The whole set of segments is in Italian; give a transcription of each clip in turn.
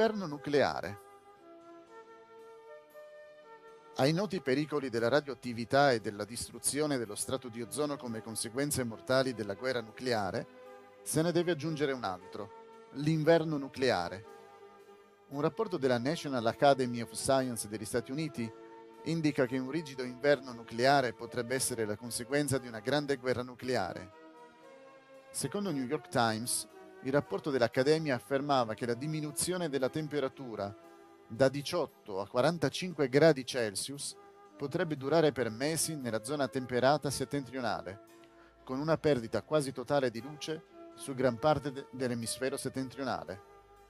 L'inverno nucleare. Ai noti pericoli della radioattività e della distruzione dello strato di ozono come conseguenze mortali della guerra nucleare, se ne deve aggiungere un altro: l'inverno nucleare. Un rapporto della National Academy of Science degli Stati Uniti indica che un rigido inverno nucleare potrebbe essere la conseguenza di una grande guerra nucleare. Secondo il New York Times, il rapporto dell'Accademia affermava che la diminuzione della temperatura da 18 a 45 gradi Celsius potrebbe durare per mesi nella zona temperata settentrionale, con una perdita quasi totale di luce su gran parte dell'emisfero settentrionale.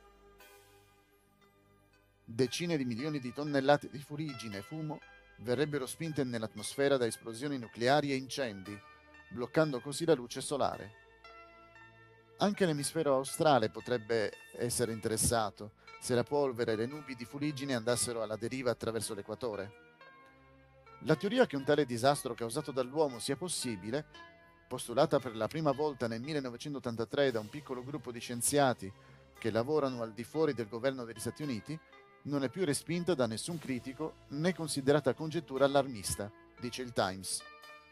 Decine di milioni di tonnellate di fuliggine e fumo verrebbero spinte nell'atmosfera da esplosioni nucleari e incendi, bloccando così la luce solare. Anche l'emisfero australe potrebbe essere interessato se la polvere e le nubi di fuliggine andassero alla deriva attraverso l'equatore. La teoria che un tale disastro causato dall'uomo sia possibile, postulata per la prima volta nel 1983 da un piccolo gruppo di scienziati che lavorano al di fuori del governo degli Stati Uniti, non è più respinta da nessun critico né considerata congettura allarmista, dice il Times.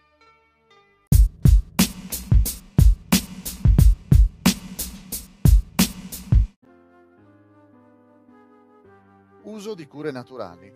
Uso di cure naturali.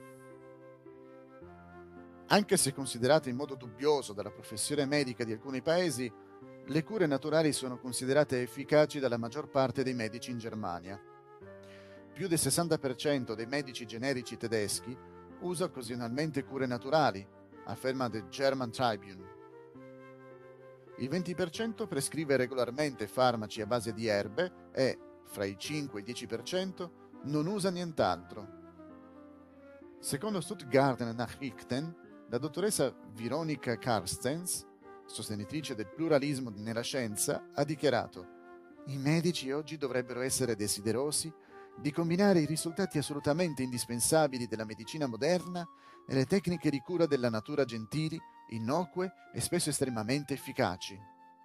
Anche se considerate in modo dubbioso dalla professione medica di alcuni paesi, le cure naturali sono considerate efficaci dalla maggior parte dei medici in Germania. Più del 60% dei medici generici tedeschi usa occasionalmente cure naturali, afferma The German Tribune. Il 20% prescrive regolarmente farmaci a base di erbe e, fra il 5 e il 10%, non usa nient'altro. Secondo Stuttgarter Nachrichten, la dottoressa Veronika Carstens, sostenitrice del pluralismo nella scienza, ha dichiarato: «I medici oggi dovrebbero essere desiderosi di combinare i risultati assolutamente indispensabili della medicina moderna e le tecniche di cura della natura gentili, innocue e spesso estremamente efficaci».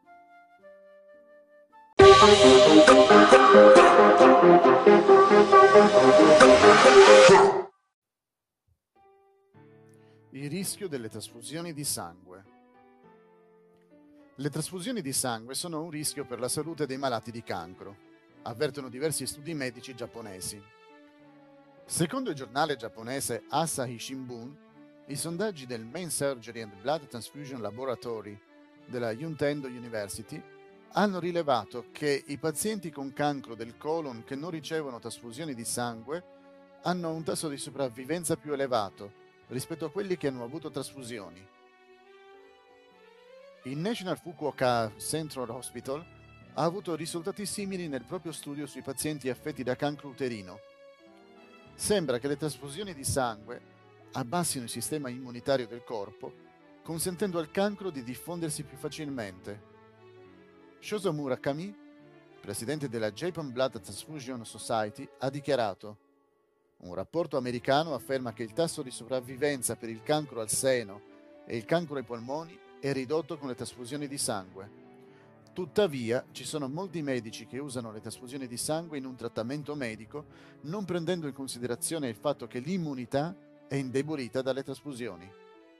Il rischio delle trasfusioni di sangue. Le trasfusioni di sangue sono un rischio per la salute dei malati di cancro, avvertono diversi studi medici giapponesi. Secondo il giornale giapponese Asahi Shimbun, i sondaggi del Main Surgery and Blood Transfusion Laboratory della Yuntendo University hanno rilevato che i pazienti con cancro del colon che non ricevono trasfusioni di sangue hanno un tasso di sopravvivenza più elevato rispetto a quelli che hanno avuto trasfusioni. Il National Fukuoka Central Hospital ha avuto risultati simili nel proprio studio sui pazienti affetti da cancro uterino. Sembra che le trasfusioni di sangue abbassino il sistema immunitario del corpo, consentendo al cancro di diffondersi più facilmente. Shozo Murakami, presidente della Japan Blood Transfusion Society, ha dichiarato: «Un rapporto americano afferma che il tasso di sopravvivenza per il cancro al seno e il cancro ai polmoni è ridotto con le trasfusioni di sangue. Tuttavia, ci sono molti medici che usano le trasfusioni di sangue in un trattamento medico, non prendendo in considerazione il fatto che l'immunità è indebolita dalle trasfusioni».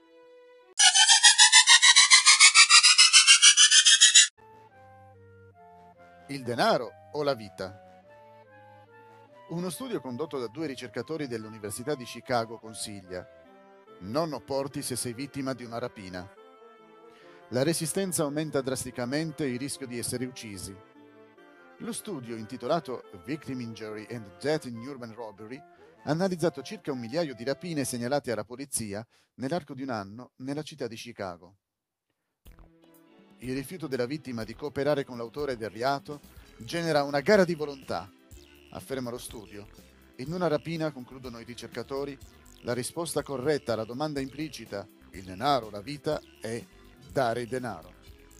Il denaro o la vita? Uno studio condotto da 2 ricercatori dell'Università di Chicago consiglia: non opporti se sei vittima di una rapina. La resistenza aumenta drasticamente il rischio di essere uccisi. Lo studio, intitolato Victim Injury and Death in Urban Robbery, ha analizzato circa 1 migliaio di rapine segnalate alla polizia nell'arco di un anno nella città di Chicago. Il rifiuto della vittima di cooperare con l'autore del reato genera una gara di volontà, afferma lo studio. In una rapina, concludono i ricercatori, la risposta corretta alla domanda implicita «il denaro, la vita» è dare denaro.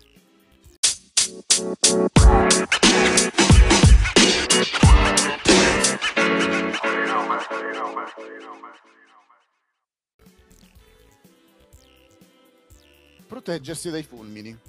Proteggersi dai fulmini.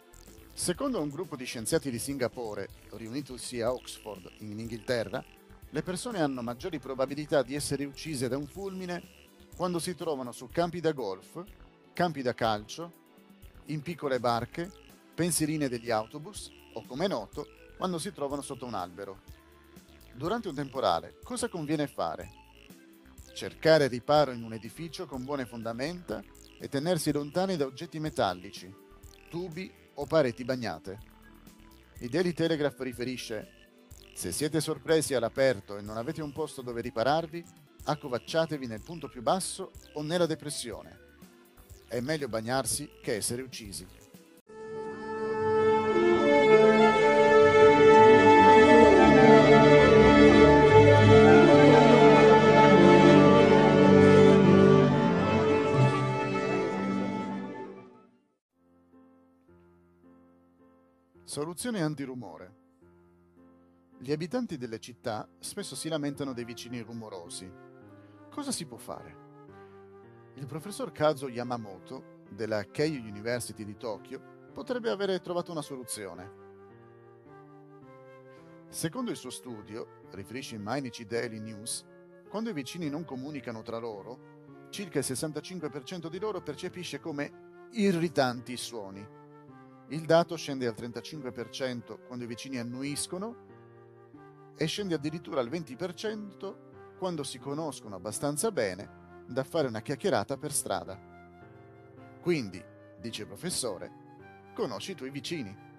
Secondo un gruppo di scienziati di Singapore, riunitosi a Oxford, in Inghilterra, Le persone hanno maggiori probabilità di essere uccise da un fulmine quando si trovano su campi da golf, campi da calcio, in piccole barche, pensierine degli autobus o, come è noto, quando si trovano sotto un albero. Durante un temporale, cosa conviene fare? Cercare riparo in un edificio con buone fondamenta e tenersi lontani da oggetti metallici, tubi o pareti bagnate. Il Daily Telegraph riferisce: se siete sorpresi all'aperto e non avete un posto dove ripararvi, accovacciatevi nel punto più basso o nella depressione. È meglio bagnarsi che essere uccisi. Soluzione antirumore. Gli abitanti delle città spesso si lamentano dei vicini rumorosi. Cosa si può fare? Il professor Kazuo Yamamoto della Keio University di Tokyo potrebbe avere trovato una soluzione. Secondo il suo studio, riferisce in Mainichi Daily News, quando i vicini non comunicano tra loro, circa il 65% di loro percepisce come irritanti i suoni. Il dato scende al 35% quando i vicini annuiscono e scende addirittura al 20% quando si conoscono abbastanza bene da fare una chiacchierata per strada. Quindi, dice il professore, conosci i tuoi vicini.